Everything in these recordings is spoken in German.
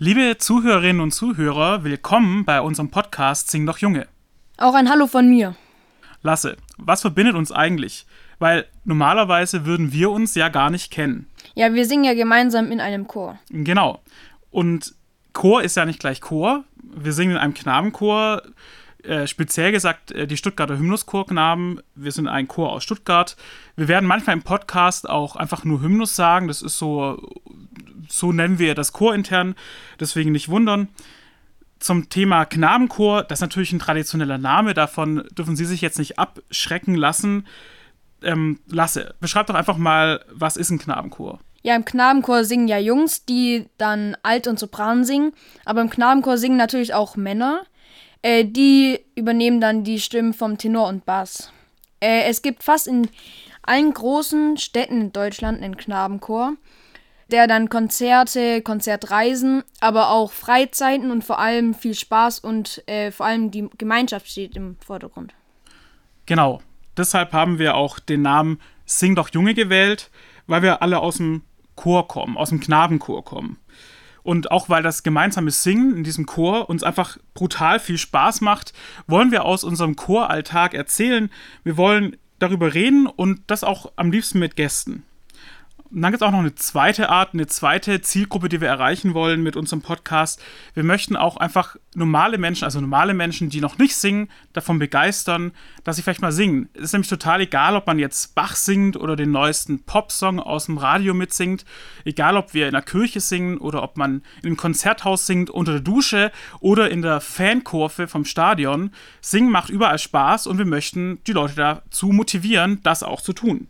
Liebe Zuhörerinnen und Zuhörer, willkommen bei unserem Podcast Sing doch Junge. Auch ein Hallo von mir. Lasse, was verbindet uns eigentlich? Weil normalerweise würden wir uns ja gar nicht kennen. Ja, wir singen ja gemeinsam in einem Chor. Genau. Und Chor ist ja nicht gleich Chor. Wir singen in einem Knabenchor, speziell gesagt die Stuttgarter Hymnuschorknaben. Wir sind ein Chor aus Stuttgart. Wir werden manchmal im Podcast auch einfach nur Hymnus sagen. Das ist so nennen wir das Chor intern, deswegen nicht wundern. Zum Thema Knabenchor, das ist natürlich ein traditioneller Name, davon dürfen Sie sich jetzt nicht abschrecken lassen. Lasse, beschreib doch einfach mal, was ist ein Knabenchor? Ja, im Knabenchor singen ja Jungs, die dann Alt- und Sopran singen, aber im Knabenchor singen natürlich auch Männer. Die übernehmen dann die Stimmen vom Tenor und Bass. Es gibt fast in allen großen Städten in Deutschland einen Knabenchor, der dann Konzertreisen, aber auch Freizeiten und vor allem viel Spaß und vor allem die Gemeinschaft steht im Vordergrund. Genau, deshalb haben wir auch den Namen Sing doch Junge gewählt, weil wir alle aus dem Chor kommen, aus dem Knabenchor kommen. Und auch weil das gemeinsame Singen in diesem Chor uns einfach brutal viel Spaß macht, wollen wir aus unserem Choralltag erzählen. Wir wollen darüber reden und das auch am liebsten mit Gästen. Und dann gibt es auch noch eine zweite Art, eine zweite Zielgruppe, die wir erreichen wollen mit unserem Podcast. Wir möchten auch einfach normale Menschen, die noch nicht singen, davon begeistern, dass sie vielleicht mal singen. Es ist nämlich total egal, ob man jetzt Bach singt oder den neuesten Popsong aus dem Radio mitsingt. Egal, ob wir in der Kirche singen oder ob man in einem Konzerthaus singt, unter der Dusche oder in der Fankurve vom Stadion. Singen macht überall Spaß und wir möchten die Leute dazu motivieren, das auch zu tun.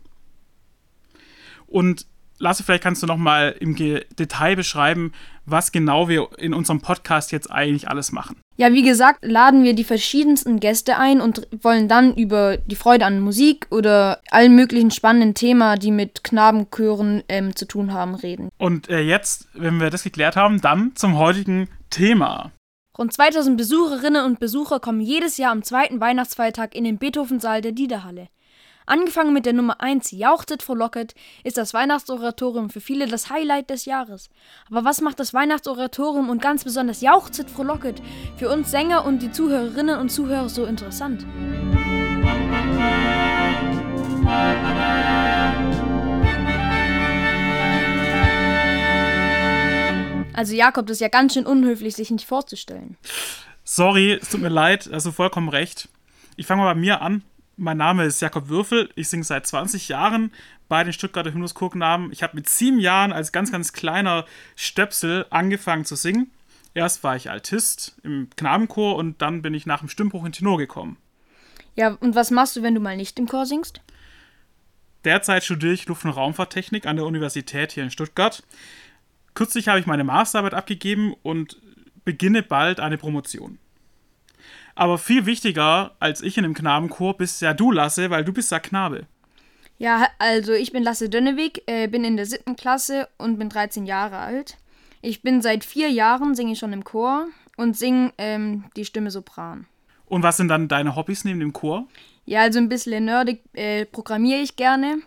Und Lasse, vielleicht kannst du noch mal im Detail beschreiben, was genau wir in unserem Podcast jetzt eigentlich alles machen. Ja, wie gesagt, laden wir die verschiedensten Gäste ein und wollen dann über die Freude an Musik oder allen möglichen spannenden Themen, die mit Knabenchören zu tun haben, reden. Und jetzt, wenn wir das geklärt haben, dann zum heutigen Thema. Rund 2000 Besucherinnen und Besucher kommen jedes Jahr am zweiten Weihnachtsfeiertag in den Beethoven-Saal der Diederhalle. Angefangen mit der Nummer 1, Jauchzet, frohlocket, ist das Weihnachtsoratorium für viele das Highlight des Jahres. Aber was macht das Weihnachtsoratorium und ganz besonders Jauchzet, frohlocket für uns Sänger und die Zuhörerinnen und Zuhörer so interessant? Also Jakob, das ist ja ganz schön unhöflich, sich nicht vorzustellen. Sorry, es tut mir leid, hast du vollkommen recht. Ich fange mal bei mir an. Mein Name ist Jakob Würfel, ich singe seit 20 Jahren bei den Stuttgarter Hymnuschorknaben. Ich habe mit 7 Jahren als ganz, ganz kleiner Stöpsel angefangen zu singen. Erst war ich Altist im Knabenchor und dann bin ich nach dem Stimmbruch in Tenor gekommen. Ja, und was machst du, wenn du mal nicht im Chor singst? Derzeit studiere ich Luft- und Raumfahrttechnik an der Universität hier in Stuttgart. Kürzlich habe ich meine Masterarbeit abgegeben und beginne bald eine Promotion. Aber viel wichtiger als ich in einem Knabenchor bist ja du, Lasse, weil du bist ja Knabe. Ja, also ich bin Lasse Dönnewig, bin in der 7. Klasse und bin 13 Jahre alt. Ich bin seit 4 Jahren, singe ich schon im Chor und singe die Stimme Sopran. Und was sind dann deine Hobbys neben dem Chor? Ja, also ein bisschen nerdig programmiere ich gerne.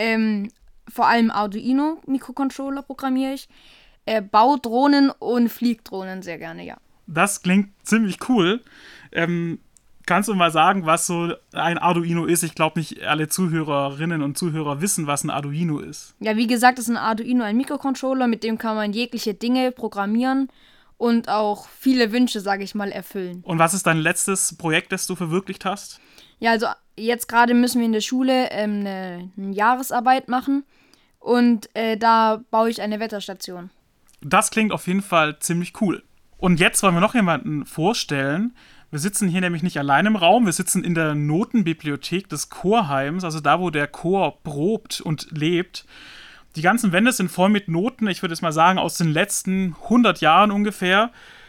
Vor allem Arduino-Mikrocontroller programmiere ich. Baue Drohnen und fliege Drohnen sehr gerne, ja. Das klingt ziemlich cool. Kannst du mal sagen, was so ein Arduino ist? Ich glaube, nicht alle Zuhörerinnen und Zuhörer wissen, was ein Arduino ist. Ja, wie gesagt, ist ein Arduino ein Mikrocontroller, mit dem kann man jegliche Dinge programmieren und auch viele Wünsche, sage ich mal, erfüllen. Und was ist dein letztes Projekt, das du verwirklicht hast? Ja, also jetzt gerade müssen wir in der Schule eine Jahresarbeit machen und da baue ich eine Wetterstation. Das klingt auf jeden Fall ziemlich cool. Und jetzt wollen wir noch jemanden vorstellen. Wir sitzen hier nämlich nicht allein im Raum, wir sitzen in der Notenbibliothek des Chorheims, also da, wo der Chor probt und lebt. Die ganzen Wände sind voll mit Noten, ich würde jetzt mal sagen, aus den letzten 100 Jahren ungefähr.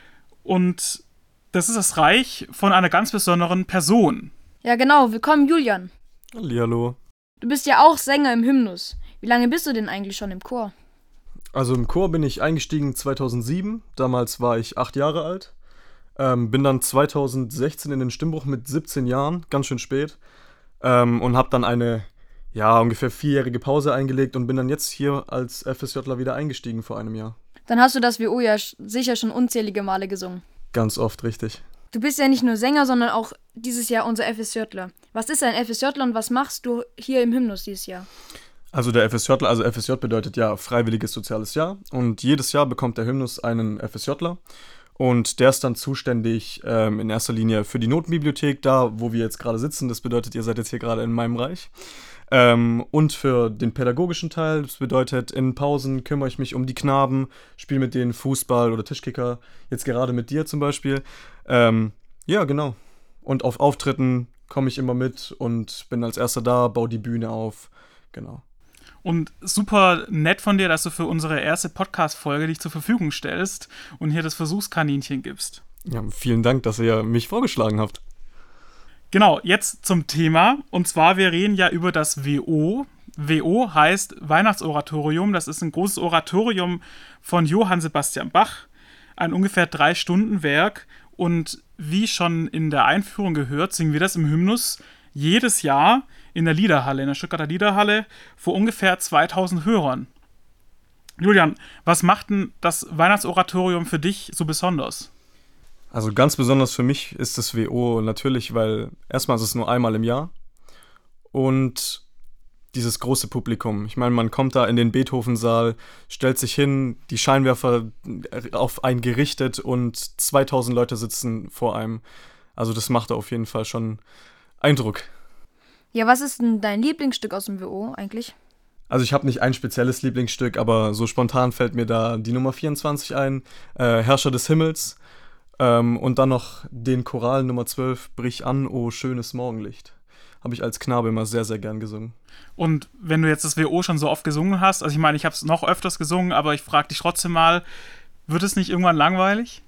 Und das ist das Reich von einer ganz besonderen Person. Ja, genau. Willkommen, Julian. Hallihallo. Du bist ja auch Sänger im Hymnus. Wie lange bist du denn eigentlich schon im Chor? Also im Chor bin ich eingestiegen 2007. Damals war ich 8 Jahre alt. Bin dann 2016 in den Stimmbruch mit 17 Jahren, ganz schön spät. Und habe dann eine, ungefähr 4-jährige Pause eingelegt und bin dann jetzt hier als FSJler wieder eingestiegen vor einem Jahr. Dann hast du das WO ja sicher schon unzählige Male gesungen. Ganz oft, richtig. Du bist ja nicht nur Sänger, sondern auch dieses Jahr unser FSJler. Was ist ein FSJler und was machst du hier im Hymnus dieses Jahr? Also der FSJ, also FSJ bedeutet ja Freiwilliges Soziales Jahr. Und jedes Jahr bekommt der Hymnus einen FSJler. Und der ist dann zuständig in erster Linie für die Notenbibliothek, da wo wir jetzt gerade sitzen. Das bedeutet, ihr seid jetzt hier gerade in meinem Reich. Und für den pädagogischen Teil, das bedeutet, in Pausen kümmere ich mich um die Knaben, spiele mit denen Fußball oder Tischkicker, jetzt gerade mit dir zum Beispiel. Ja, genau. Und auf Auftritten komme ich immer mit und bin als erster da, baue die Bühne auf. Genau. Und super nett von dir, dass du für unsere erste Podcast-Folge dich zur Verfügung stellst und hier das Versuchskaninchen gibst. Ja, vielen Dank, dass ihr mich vorgeschlagen habt. Genau, jetzt zum Thema. Und zwar, wir reden ja über das WO. WO heißt Weihnachtsoratorium. Das ist ein großes Oratorium von Johann Sebastian Bach. Ein ungefähr 3-Stunden-Werk. Und wie schon in der Einführung gehört, singen wir das im Hymnus jedes Jahr in der Liederhalle, in der Stuttgarter Liederhalle, vor ungefähr 2000 Hörern. Julian, was macht denn das Weihnachtsoratorium für dich so besonders? Also ganz besonders für mich ist das WO natürlich, weil erstmal ist es nur einmal im Jahr und dieses große Publikum. Ich meine, man kommt da in den Beethoven-Saal, stellt sich hin, die Scheinwerfer auf einen gerichtet und 2000 Leute sitzen vor einem. Also das macht auf jeden Fall schon Eindruck. Ja, was ist denn dein Lieblingsstück aus dem WO eigentlich? Also ich habe nicht ein spezielles Lieblingsstück, aber so spontan fällt mir da die Nummer 24 ein, Herrscher des Himmels. Und dann noch den Choral Nummer 12, Brich an, o schönes Morgenlicht. Habe ich als Knabe immer sehr, sehr gern gesungen. Und wenn du jetzt das WO schon so oft gesungen hast, also ich meine, ich habe es noch öfters gesungen, aber ich frage dich trotzdem mal, wird es nicht irgendwann langweilig?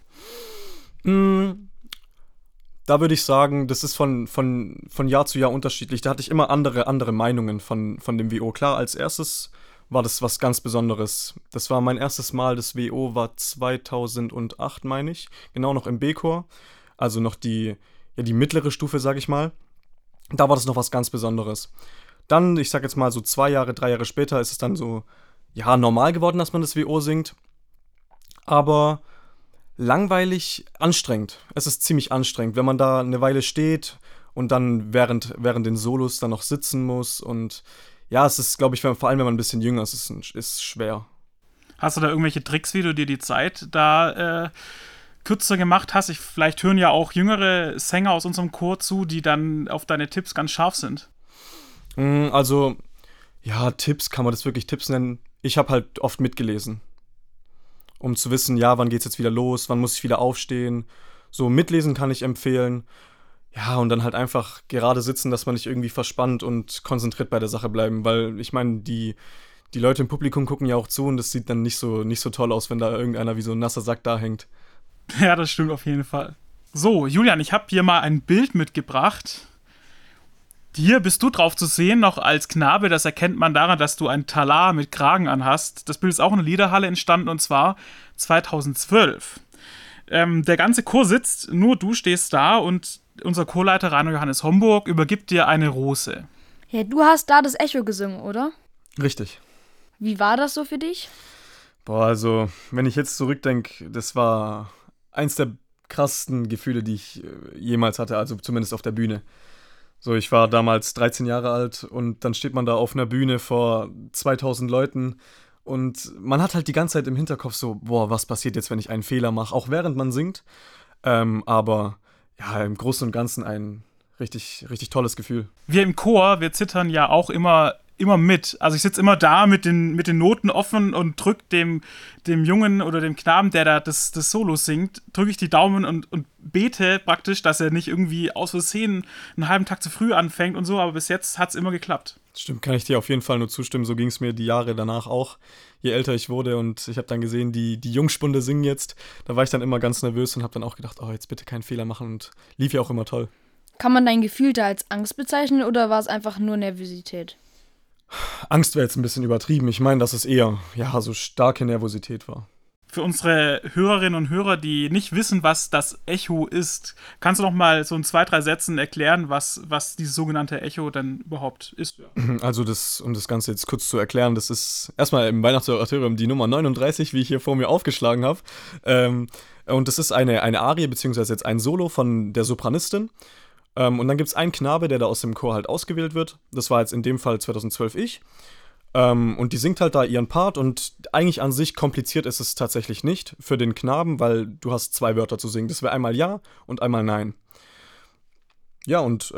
Da würde ich sagen, das ist von Jahr zu Jahr unterschiedlich. Da hatte ich immer andere Meinungen von dem WO. Klar, als erstes war das was ganz Besonderes. Das war mein erstes Mal, das WO war 2008, meine ich. Genau noch im B-Chor. Also noch die mittlere Stufe, sag ich mal. Da war das noch was ganz Besonderes. Dann, ich sag jetzt mal so 2 Jahre, 3 Jahre später, ist es dann so, ja, normal geworden, dass man das WO singt. Aber langweilig, anstrengend. Es ist ziemlich anstrengend, wenn man da eine Weile steht und dann während den Solos dann noch sitzen muss. Und ja, es ist, glaube ich, vor allem, wenn man ein bisschen jünger ist, ist schwer. Hast du da irgendwelche Tricks, wie du dir die Zeit da kürzer gemacht hast? Vielleicht hören ja auch jüngere Sänger aus unserem Chor zu, die dann auf deine Tipps ganz scharf sind. Also, ja, Tipps, kann man das wirklich Tipps nennen? Ich habe halt oft mitgelesen, um zu wissen, ja, wann geht's jetzt wieder los, wann muss ich wieder aufstehen. So, mitlesen kann ich empfehlen. Ja, und dann halt einfach gerade sitzen, dass man nicht irgendwie verspannt und konzentriert bei der Sache bleiben, weil ich meine, die Leute im Publikum gucken ja auch zu und das sieht dann nicht so toll aus, wenn da irgendeiner wie so ein nasser Sack da hängt. Ja, das stimmt auf jeden Fall. So, Julian, ich habe hier mal ein Bild mitgebracht. Hier bist du drauf zu sehen, noch als Knabe. Das erkennt man daran, dass du ein Talar mit Kragen anhast. Das Bild ist auch in der Liederhalle entstanden und zwar 2012. Der ganze Chor sitzt, nur du stehst da und unser Chorleiter Rainer Johannes Homburg übergibt dir eine Rose. Ja, du hast da das Echo gesungen, oder? Richtig. Wie war das so für dich? Boah, also, wenn ich jetzt zurückdenke, das war eins der krassesten Gefühle, die ich jemals hatte, also zumindest auf der Bühne. So, ich war damals 13 Jahre alt und dann steht man da auf einer Bühne vor 2000 Leuten und man hat halt die ganze Zeit im Hinterkopf so, boah, was passiert jetzt, wenn ich einen Fehler mache, auch während man singt. Aber ja, im Großen und Ganzen ein richtig, richtig tolles Gefühl. Wir im Chor, wir zittern ja auch immer mit. Also ich sitze immer da mit den Noten offen und drücke dem Jungen oder dem Knaben, der da das Solo singt, drücke ich die Daumen und bete praktisch, dass er nicht irgendwie aus Versehen einen halben Tag zu früh anfängt und so, aber bis jetzt hat es immer geklappt. Stimmt, kann ich dir auf jeden Fall nur zustimmen. So ging es mir die Jahre danach auch, je älter ich wurde und ich habe dann gesehen, die Jungspunde singen jetzt. Da war ich dann immer ganz nervös und habe dann auch gedacht, oh, jetzt bitte keinen Fehler machen und lief ja auch immer toll. Kann man dein Gefühl da als Angst bezeichnen oder war es einfach nur Nervosität? Angst wäre jetzt ein bisschen übertrieben. Ich meine, dass es eher, ja, so starke Nervosität war. Für unsere Hörerinnen und Hörer, die nicht wissen, was das Echo ist, kannst du noch mal so in 2, 3 Sätzen erklären, was dieses sogenannte Echo dann überhaupt ist? Also um das Ganze jetzt kurz zu erklären, das ist erstmal im Weihnachtsoratorium die Nummer 39, wie ich hier vor mir aufgeschlagen habe. Und das ist eine Arie, beziehungsweise jetzt ein Solo von der Sopranistin. Und dann gibt es einen Knabe, der da aus dem Chor halt ausgewählt wird. Das war jetzt in dem Fall 2012 ich. Und die singt halt da ihren Part und eigentlich an sich kompliziert ist es tatsächlich nicht für den Knaben, weil du hast 2 Wörter zu singen. Das wäre einmal Ja und einmal Nein. Ja, und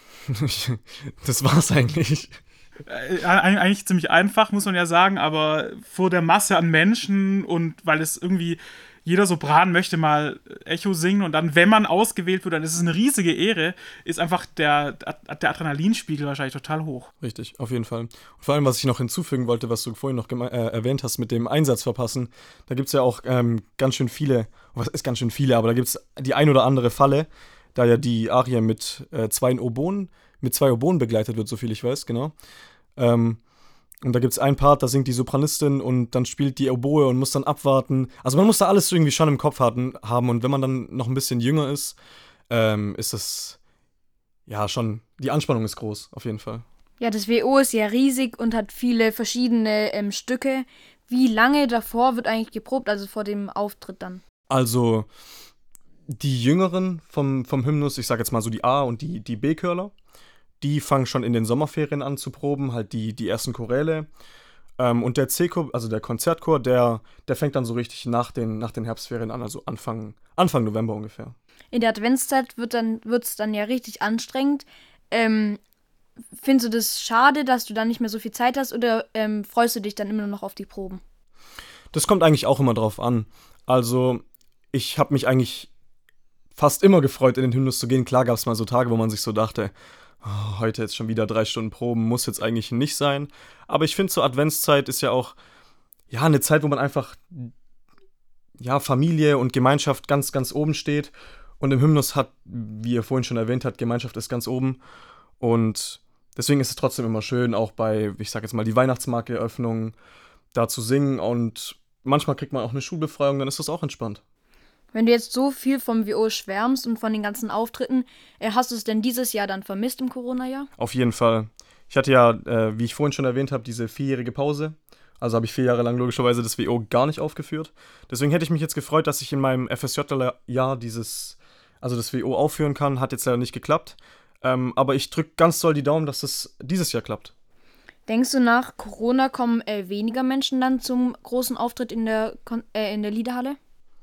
das war's eigentlich. Eigentlich ziemlich einfach, muss man ja sagen, aber vor der Masse an Menschen und weil es irgendwie jeder Sopran möchte mal Echo singen und dann, wenn man ausgewählt wird, dann ist es eine riesige Ehre, ist einfach der Adrenalinspiegel wahrscheinlich total hoch. Richtig, auf jeden Fall. Und vor allem, was ich noch hinzufügen wollte, was du vorhin noch erwähnt hast mit dem Einsatz verpassen, da gibt es ja auch ganz schön viele, was ist ganz schön viele, aber da gibt es die ein oder andere Falle, da ja die Arie mit 2 Oboen begleitet wird, soviel ich weiß, genau. Und da gibt es einen Part, da singt die Sopranistin und dann spielt die Oboe und muss dann abwarten. Also man muss da alles irgendwie schon im Kopf haben und wenn man dann noch ein bisschen jünger ist das, ja schon, die Anspannung ist groß, auf jeden Fall. Ja, das WO ist ja riesig und hat viele verschiedene Stücke. Wie lange davor wird eigentlich geprobt, also vor dem Auftritt dann? Also die Jüngeren vom Hymnus, ich sag jetzt mal so die A- und die B-Chörler, die fangen schon in den Sommerferien an zu proben, halt die ersten Choräle. Und der C-Chor, also der Konzertchor, der fängt dann so richtig nach den Herbstferien an, also Anfang November ungefähr. In der Adventszeit wird's dann ja richtig anstrengend. Findest du das schade, dass du dann nicht mehr so viel Zeit hast oder freust du dich dann immer noch auf die Proben? Das kommt eigentlich auch immer drauf an. Also ich habe mich eigentlich fast immer gefreut, in den Hymnus zu gehen. Klar gab es mal so Tage, wo man sich so dachte, oh, heute jetzt schon wieder 3 Stunden Proben, muss jetzt eigentlich nicht sein. Aber ich finde, zur Adventszeit ist ja auch eine Zeit, wo man einfach Familie und Gemeinschaft ganz, ganz oben steht. Und im Hymnus hat, wie ihr vorhin schon erwähnt habt, Gemeinschaft ist ganz oben. Und deswegen ist es trotzdem immer schön, auch bei, ich sag jetzt mal, die Weihnachtsmarkteröffnung da zu singen. Und manchmal kriegt man auch eine Schulbefreiung, dann ist das auch entspannt. Wenn du jetzt so viel vom WO schwärmst und von den ganzen Auftritten, hast du es denn dieses Jahr dann vermisst im Corona-Jahr? Auf jeden Fall. Ich hatte ja, wie ich vorhin schon erwähnt habe, diese 4-jährige Pause. Also habe ich 4 Jahre lang logischerweise das WO gar nicht aufgeführt. Deswegen hätte ich mich jetzt gefreut, dass ich in meinem FSJ-Jahr das WO aufführen kann. Hat jetzt leider nicht geklappt. Aber ich drücke ganz doll die Daumen, dass das dieses Jahr klappt. Denkst du, nach Corona kommen weniger Menschen dann zum großen Auftritt in der Liederhalle?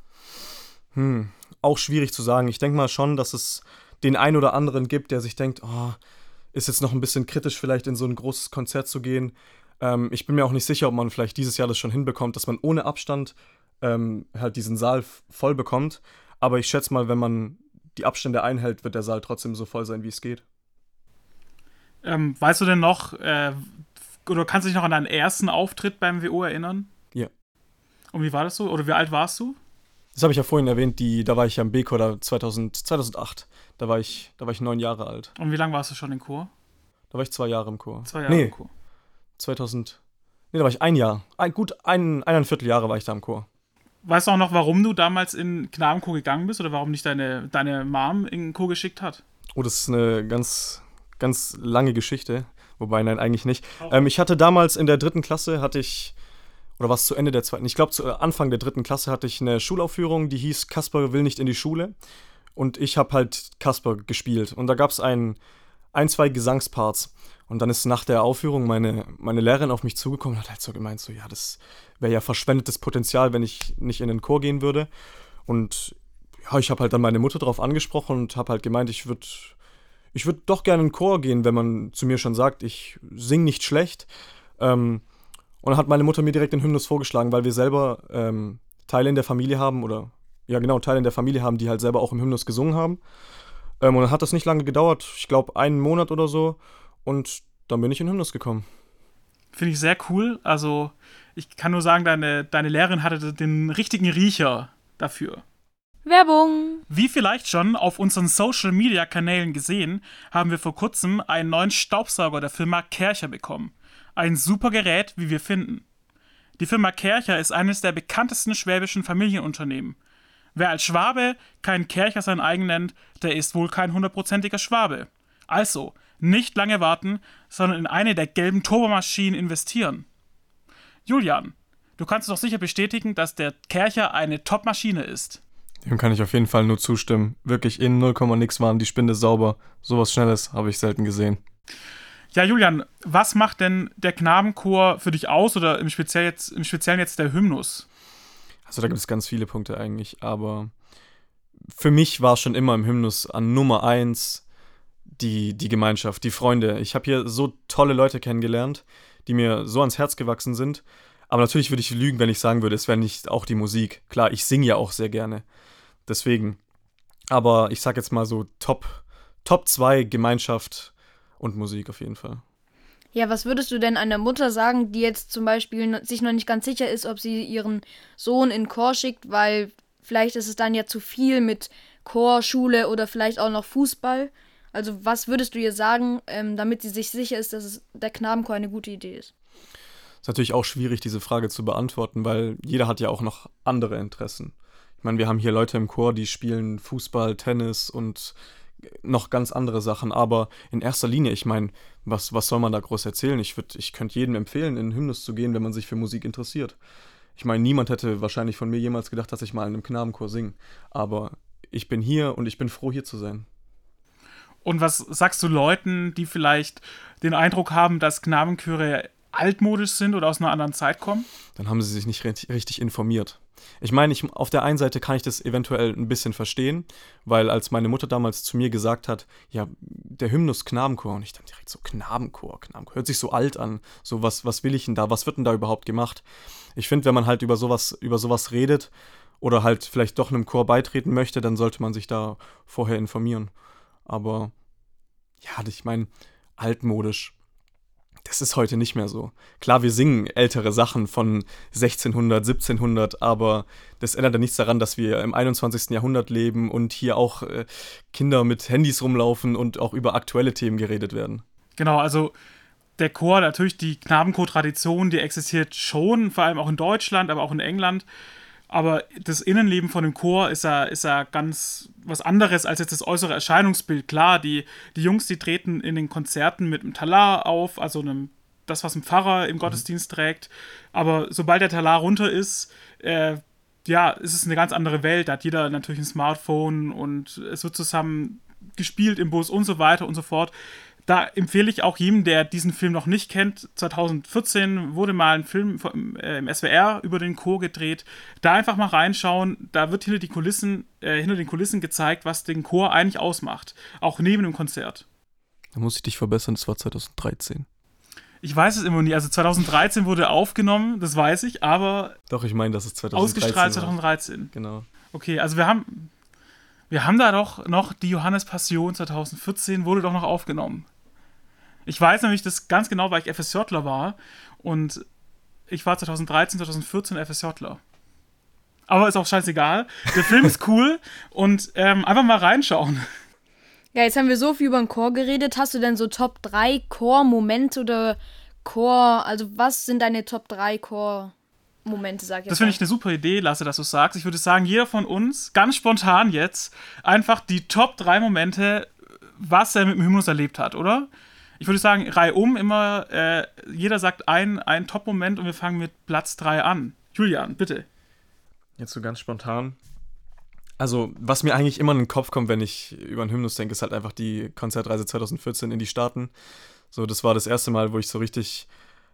Auch schwierig zu sagen. Ich denke mal schon, dass es den einen oder anderen gibt, der sich denkt, oh, ist jetzt noch ein bisschen kritisch, vielleicht in so ein großes Konzert zu gehen. Ich bin mir auch nicht sicher, ob man vielleicht dieses Jahr das schon hinbekommt, dass man ohne Abstand halt diesen Saal voll bekommt. Aber ich schätze mal, wenn man die Abstände einhält, wird der Saal trotzdem so voll sein, wie es geht. Weißt du denn noch, oder kannst du dich noch an deinen ersten Auftritt beim WO erinnern? Ja. Und wie war das so? Oder wie alt warst du? Das habe ich ja vorhin erwähnt, da war ich ja im B-Chor 2008. Da war ich 9 Jahre alt. Und wie lange warst du schon im Chor? Da war ich 2 Jahre im Chor. 2 Jahre im Chor. Da war ich 1 Jahr. Eineinviertel Jahre war ich da im Chor. Weißt du auch noch, warum du damals in den Knabenchor gegangen bist oder warum dich deine Mom in den Chor geschickt hat? Oh, das ist eine ganz, ganz lange Geschichte. Wobei, nein, eigentlich nicht. Ich hatte damals in der 3. Klasse, oder was zu Ende der 2., ich glaube zu Anfang der 3. Klasse hatte ich eine Schulaufführung, die hieß Kasper will nicht in die Schule. Und ich habe halt Kasper gespielt. Und da gab es 2 Gesangsparts. Und dann ist nach der Aufführung meine Lehrerin auf mich zugekommen und hat halt so gemeint, so ja, das wäre ja verschwendetes Potenzial, wenn ich nicht in den Chor gehen würde. Und ja, ich habe halt dann meine Mutter drauf angesprochen und habe halt gemeint, ich würd doch gerne in den Chor gehen, wenn man zu mir schon sagt, ich singe nicht schlecht. Und dann hat meine Mutter mir direkt den Hymnus vorgeschlagen, weil wir selber Teile in der Familie haben, die halt selber auch im Hymnus gesungen haben. Und dann hat das nicht lange gedauert, ich glaube 1 Monat oder so. Und dann bin ich in den Hymnus gekommen. Finde ich sehr cool. Also ich kann nur sagen, deine Lehrerin hatte den richtigen Riecher dafür. Werbung! Wie vielleicht schon auf unseren Social-Media-Kanälen gesehen, haben wir vor kurzem einen neuen Staubsauger der Firma Kärcher bekommen. Ein super Gerät, wie wir finden. Die Firma Kärcher ist eines der bekanntesten schwäbischen Familienunternehmen. Wer als Schwabe keinen Kärcher sein eigen nennt, der ist wohl kein 100%iger Schwabe. Also, nicht lange warten, sondern in eine der gelben Turbomaschinen investieren. Julian, du kannst doch sicher bestätigen, dass der Kärcher eine Top-Maschine ist. Dem kann ich auf jeden Fall nur zustimmen. Wirklich in 0, nix waren die Spinde sauber. Sowas Schnelles habe ich selten gesehen. Ja, Julian, was macht denn der Knabenchor für dich aus oder im Speziellen jetzt der Hymnus? Also da gibt es ganz viele Punkte eigentlich, aber für mich war schon immer im Hymnus an Nummer 1 die Gemeinschaft, die Freunde. Ich habe hier so tolle Leute kennengelernt, die mir so ans Herz gewachsen sind. Aber natürlich würde ich lügen, wenn ich sagen würde, es wäre nicht auch die Musik. Klar, ich singe ja auch sehr gerne. Deswegen. Aber ich sag jetzt mal so Top 2 Gemeinschaft und Musik auf jeden Fall. Ja, was würdest du denn einer Mutter sagen, die jetzt zum Beispiel sich noch nicht ganz sicher ist, ob sie ihren Sohn in Chor schickt, weil vielleicht ist es dann ja zu viel mit Chor, Schule oder vielleicht auch noch Fußball? Also was würdest du ihr sagen, damit sie sich sicher ist, dass der Knabenchor eine gute Idee ist? Ist natürlich auch schwierig, diese Frage zu beantworten, weil jeder hat ja auch noch andere Interessen. Ich meine, wir haben hier Leute im Chor, die spielen Fußball, Tennis und noch ganz andere Sachen, aber in erster Linie, ich meine, was soll man da groß erzählen? Ich könnte jedem empfehlen, in den Hymnus zu gehen, wenn man sich für Musik interessiert. Ich meine, niemand hätte wahrscheinlich von mir jemals gedacht, dass ich mal in einem Knabenchor singe, aber ich bin hier und ich bin froh, hier zu sein. Und was sagst du Leuten, die vielleicht den Eindruck haben, dass Knabenchöre altmodisch sind oder aus einer anderen Zeit kommen? Dann haben sie sich nicht richtig informiert. Ich meine, auf der einen Seite kann ich das eventuell ein bisschen verstehen, weil als meine Mutter damals zu mir gesagt hat, ja, der Hymnus Knabenchor, und ich dann direkt so, Knabenchor, hört sich so alt an, so was will ich denn da, was wird denn da überhaupt gemacht? Ich finde, wenn man halt über sowas redet oder halt vielleicht doch einem Chor beitreten möchte, dann sollte man sich da vorher informieren. Aber ja, ich meine, altmodisch, das ist heute nicht mehr so. Klar, wir singen ältere Sachen von 1600, 1700, aber das ändert ja nichts daran, dass wir im 21. Jahrhundert leben und hier auch Kinder mit Handys rumlaufen und auch über aktuelle Themen geredet werden. Genau, also der Chor, natürlich die Knabenchor-Tradition, die existiert schon, vor allem auch in Deutschland, aber auch in England. Aber das Innenleben von dem Chor ist ja ganz was anderes als jetzt das äußere Erscheinungsbild. Klar, die Jungs, die treten in den Konzerten mit einem Talar auf, also das, was ein Pfarrer im Gottesdienst trägt. Aber sobald der Talar runter ist, ist es eine ganz andere Welt. Da hat jeder natürlich ein Smartphone und es wird zusammen gespielt im Bus und so weiter und so fort. Da empfehle ich auch jedem, der diesen Film noch nicht kennt, 2014 wurde mal ein Film im SWR über den Chor gedreht. Da einfach mal reinschauen, da wird hinter den Kulissen gezeigt, was den Chor eigentlich ausmacht. Auch neben dem Konzert. Da muss ich dich verbessern, das war 2013. Ich weiß es immer nie. Also 2013 wurde aufgenommen, das weiß ich, aber... Doch, ich meine, das ist 2013. Ausgestrahlt 2013. Genau. Okay, also wir haben da doch noch die Johannespassion 2014 wurde doch noch aufgenommen. Ich weiß nämlich das ganz genau, weil ich FSJler war und ich war 2013, 2014 FSJler. Aber ist auch scheißegal. Der Film ist cool und einfach mal reinschauen. Ja, jetzt haben wir so viel über den Chor geredet. Hast du denn so Top 3 Chor-Momente oder Chor, also was sind deine Top 3 Chor-Momente, sag ich jetzt? Das finde ich eine super Idee, Lasse, dass du sagst. Ich würde sagen, jeder von uns, ganz spontan jetzt, einfach die Top 3 Momente, was er mit dem Hymnus erlebt hat, oder? Ich würde sagen, reihum immer, jeder sagt einen Top-Moment und wir fangen mit Platz 3 an. Julian, bitte. Jetzt so ganz spontan. Also, was mir eigentlich immer in den Kopf kommt, wenn ich über den Hymnus denke, ist halt einfach die Konzertreise 2014 in die Staaten. So, das war das erste Mal, wo ich so richtig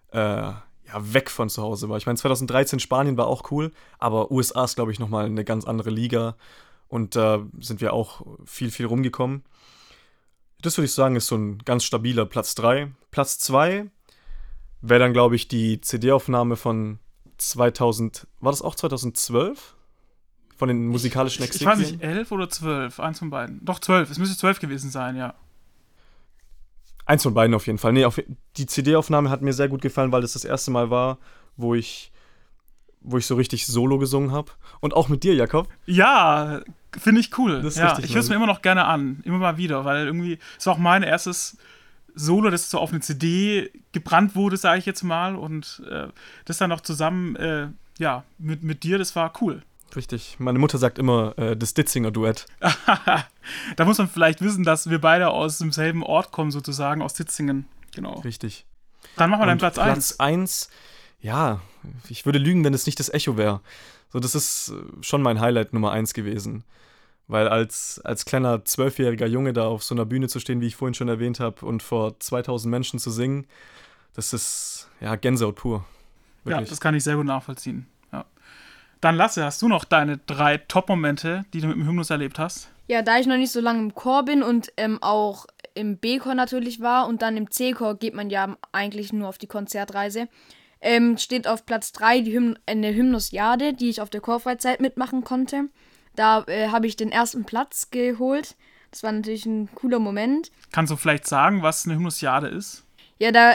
weg von zu Hause war. Ich meine, 2013 Spanien war auch cool, aber USA ist, glaube ich, nochmal eine ganz andere Liga. Und da sind wir auch viel, viel rumgekommen. Das würde ich sagen, ist so ein ganz stabiler Platz 3. Platz 2 wäre dann, glaube ich, die CD-Aufnahme von 2000, war das auch 2012? Von den musikalischen Exilien? Ich weiß nicht, 11 oder 12, eins von beiden. Doch, 12, es müsste 12 gewesen sein, ja. Eins von beiden auf jeden Fall. Nee, die CD-Aufnahme hat mir sehr gut gefallen, weil das erste Mal war, wo ich so richtig Solo gesungen habe. Und auch mit dir, Jakob. Ja, finde ich cool. Das ist ja, richtig, ich höre es mir immer noch gerne an. Immer mal wieder, weil irgendwie ist auch mein erstes Solo, das so auf eine CD gebrannt wurde, sage ich jetzt mal. Und das dann noch zusammen, mit dir, das war cool. Richtig. Meine Mutter sagt immer, das Ditzinger-Duett. Da muss man vielleicht wissen, dass wir beide aus demselben Ort kommen, sozusagen, aus Ditzingen. Genau. Richtig. Dann machen wir deinen Platz 1. Platz 1, ja, ich würde lügen, wenn es nicht das Echo wäre. So, das ist schon mein Highlight Nummer 1 gewesen. Weil als kleiner 12-jähriger Junge da auf so einer Bühne zu stehen, wie ich vorhin schon erwähnt habe, und vor 2000 Menschen zu singen, das ist, ja, Gänsehaut pur. Wirklich. Ja, das kann ich sehr gut nachvollziehen. Ja. Dann Lasse, hast du noch deine 3 Top-Momente, die du mit dem Hymnus erlebt hast? Ja, da ich noch nicht so lange im Chor bin und auch im B-Chor natürlich war und dann im C-Chor geht man ja eigentlich nur auf die Konzertreise, steht auf Platz 3 eine Hymnosiade, die ich auf der Chorfreizeit mitmachen konnte. Da habe ich den ersten Platz geholt. Das war natürlich ein cooler Moment. Kannst du vielleicht sagen, was eine Hymnosiade ist? Ja, da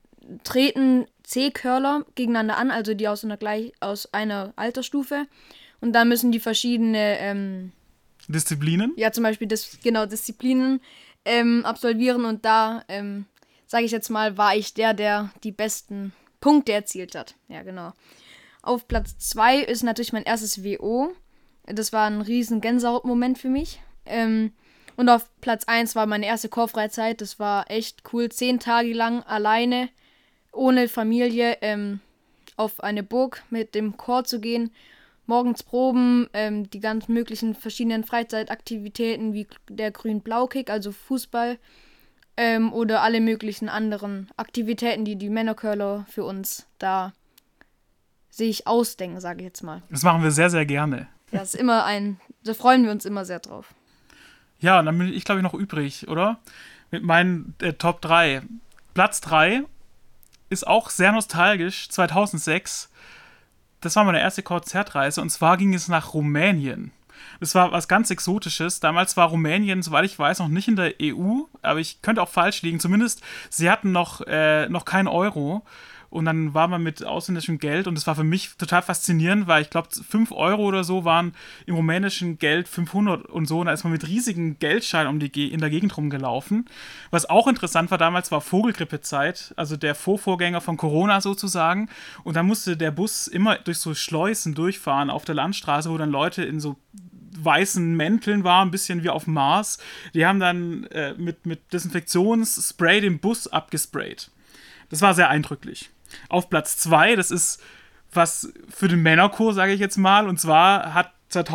treten C-Chörler gegeneinander an, also die aus einer Altersstufe. Und da müssen die verschiedene Disziplinen? Ja, zum Beispiel Disziplinen absolvieren. Und da, sage ich jetzt mal, war ich der die besten Punkte erzielt hat. Ja, genau. Auf Platz 2 ist natürlich mein erstes WO. Das war ein riesen Gänsehautmoment für mich. Und auf Platz 1 war meine erste Chorfreizeit. Das war echt cool. 10 Tage lang alleine, ohne Familie, auf eine Burg mit dem Chor zu gehen. Morgens proben, die ganzen möglichen verschiedenen Freizeitaktivitäten wie der Grün-Blau-Kick, also Fußball, oder alle möglichen anderen Aktivitäten, die Männerchörer für uns da sich ausdenken, sage ich jetzt mal. Das machen wir sehr, sehr gerne. Ja, ist immer da freuen wir uns immer sehr drauf. Ja, und dann bin ich, glaube ich, noch übrig, oder? Mit meinen Top 3. Platz 3 ist auch sehr nostalgisch, 2006. Das war meine erste Konzertreise und zwar ging es nach Rumänien. Das war was ganz Exotisches. Damals war Rumänien, soweit ich weiß, noch nicht in der EU, aber ich könnte auch falsch liegen. Zumindest, sie hatten noch keinen Euro. Und dann war man mit ausländischem Geld und das war für mich total faszinierend, weil ich glaube 5 Euro oder so waren im rumänischen Geld 500 und so. Und da ist man mit riesigen Geldscheinen in der Gegend rumgelaufen. Was auch interessant war damals, war Vogelgrippezeit, also der Vorvorgänger von Corona sozusagen. Und da musste der Bus immer durch so Schleusen durchfahren auf der Landstraße, wo dann Leute in so weißen Mänteln waren, ein bisschen wie auf dem Mars. Die haben dann mit Desinfektionsspray den Bus abgesprayt. Das war sehr eindrücklich. Auf Platz 2, das ist was für den Männerchor, sage ich jetzt mal, und zwar hat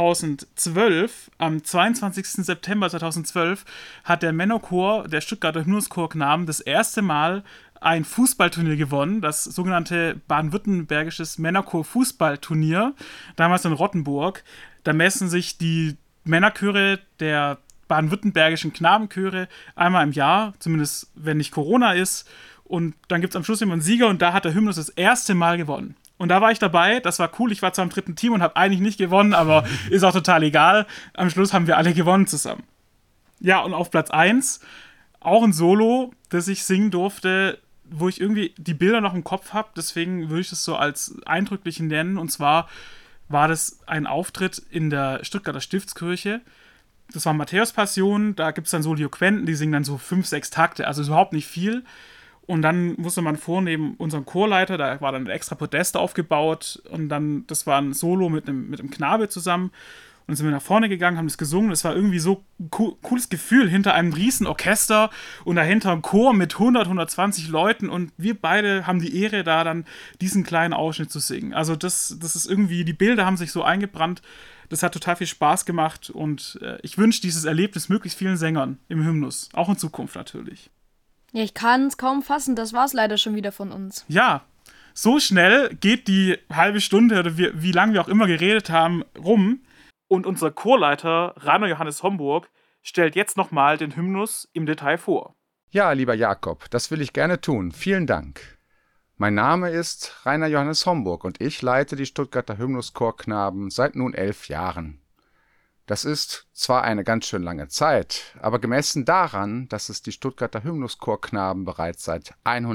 2012, am 22. September 2012, hat der Männerchor, der Stuttgarter Hymnuschorknaben, das erste Mal ein Fußballturnier gewonnen, das sogenannte baden-württembergisches Männerchor-Fußballturnier, damals in Rottenburg. Da messen sich die Männerchöre der baden-württembergischen Knabenchöre einmal im Jahr, zumindest wenn nicht Corona ist. Und dann gibt es am Schluss immer einen Sieger und da hat der Hymnus das erste Mal gewonnen. Und da war ich dabei, das war cool, ich war zwar im 3. Team und habe eigentlich nicht gewonnen, aber ist auch total egal. Am Schluss haben wir alle gewonnen zusammen. Ja, und auf Platz 1 auch ein Solo, das ich singen durfte, wo ich irgendwie die Bilder noch im Kopf habe, deswegen würde ich es so als eindrücklich nennen. Und zwar war das ein Auftritt in der Stuttgarter Stiftskirche. Das war Matthäus-Passion, da gibt es dann so Loquenten, die singen dann so 5, 6 Takte, also überhaupt nicht viel. Und dann musste man neben unserem Chorleiter, da war dann ein extra Podest aufgebaut und dann, das war ein Solo mit einem Knabe zusammen und dann sind wir nach vorne gegangen, haben das gesungen. Das war irgendwie so ein cooles Gefühl hinter einem riesen Orchester und dahinter ein Chor mit 120 Leuten und wir beide haben die Ehre, da dann diesen kleinen Ausschnitt zu singen. Also das ist irgendwie, die Bilder haben sich so eingebrannt, das hat total viel Spaß gemacht und ich wünsche dieses Erlebnis möglichst vielen Sängern im Hymnus, auch in Zukunft natürlich. Ja, ich kann es kaum fassen, das war es leider schon wieder von uns. Ja, so schnell geht die halbe Stunde oder wie lange wir auch immer geredet haben, rum. Und unser Chorleiter Rainer Johannes Homburg stellt jetzt nochmal den Hymnus im Detail vor. Ja, lieber Jakob, das will ich gerne tun. Vielen Dank. Mein Name ist Rainer Johannes Homburg und ich leite die Stuttgarter Hymnuschorknaben seit nun 11 Jahren. Das ist zwar eine ganz schön lange Zeit, aber gemessen daran, dass es die Stuttgarter Hymnuschorknaben bereits seit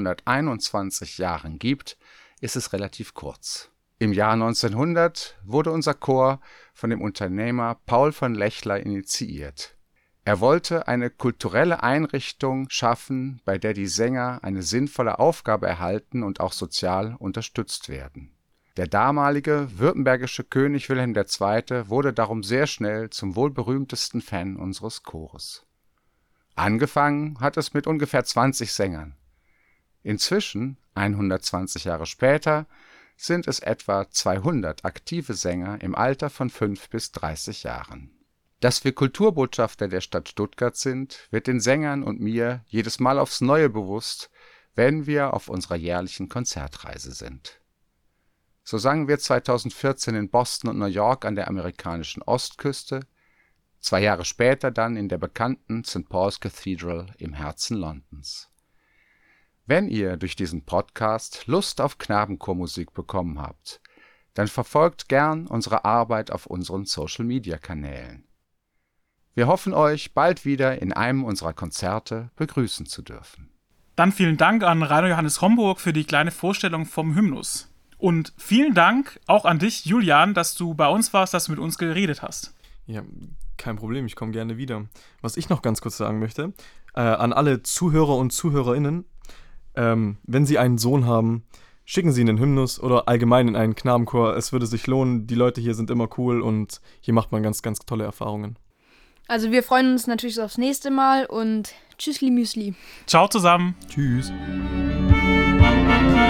121 Jahren gibt, ist es relativ kurz. Im Jahr 1900 wurde unser Chor von dem Unternehmer Paul von Lechler initiiert. Er wollte eine kulturelle Einrichtung schaffen, bei der die Sänger eine sinnvolle Aufgabe erhalten und auch sozial unterstützt werden. Der damalige württembergische König Wilhelm II. Wurde darum sehr schnell zum wohl berühmtesten Fan unseres Chores. Angefangen hat es mit ungefähr 20 Sängern. Inzwischen, 120 Jahre später, sind es etwa 200 aktive Sänger im Alter von 5 bis 30 Jahren. Dass wir Kulturbotschafter der Stadt Stuttgart sind, wird den Sängern und mir jedes Mal aufs Neue bewusst, wenn wir auf unserer jährlichen Konzertreise sind. So sangen wir 2014 in Boston und New York an der amerikanischen Ostküste, 2 Jahre später dann in der bekannten St. Paul's Cathedral im Herzen Londons. Wenn ihr durch diesen Podcast Lust auf Knabenchormusik bekommen habt, dann verfolgt gern unsere Arbeit auf unseren Social-Media-Kanälen. Wir hoffen, euch bald wieder in einem unserer Konzerte begrüßen zu dürfen. Dann vielen Dank an Rainer Johannes Homburg für die kleine Vorstellung vom Hymnus. Und vielen Dank auch an dich, Julian, dass du bei uns warst, dass du mit uns geredet hast. Ja, kein Problem, ich komme gerne wieder. Was ich noch ganz kurz sagen möchte, an alle Zuhörer und ZuhörerInnen, wenn Sie einen Sohn haben, schicken Sie in den Hymnus oder allgemein in einen Knabenchor. Es würde sich lohnen, die Leute hier sind immer cool und hier macht man ganz, ganz tolle Erfahrungen. Also wir freuen uns natürlich aufs nächste Mal und tschüssli Müsli. Ciao zusammen. Tschüss.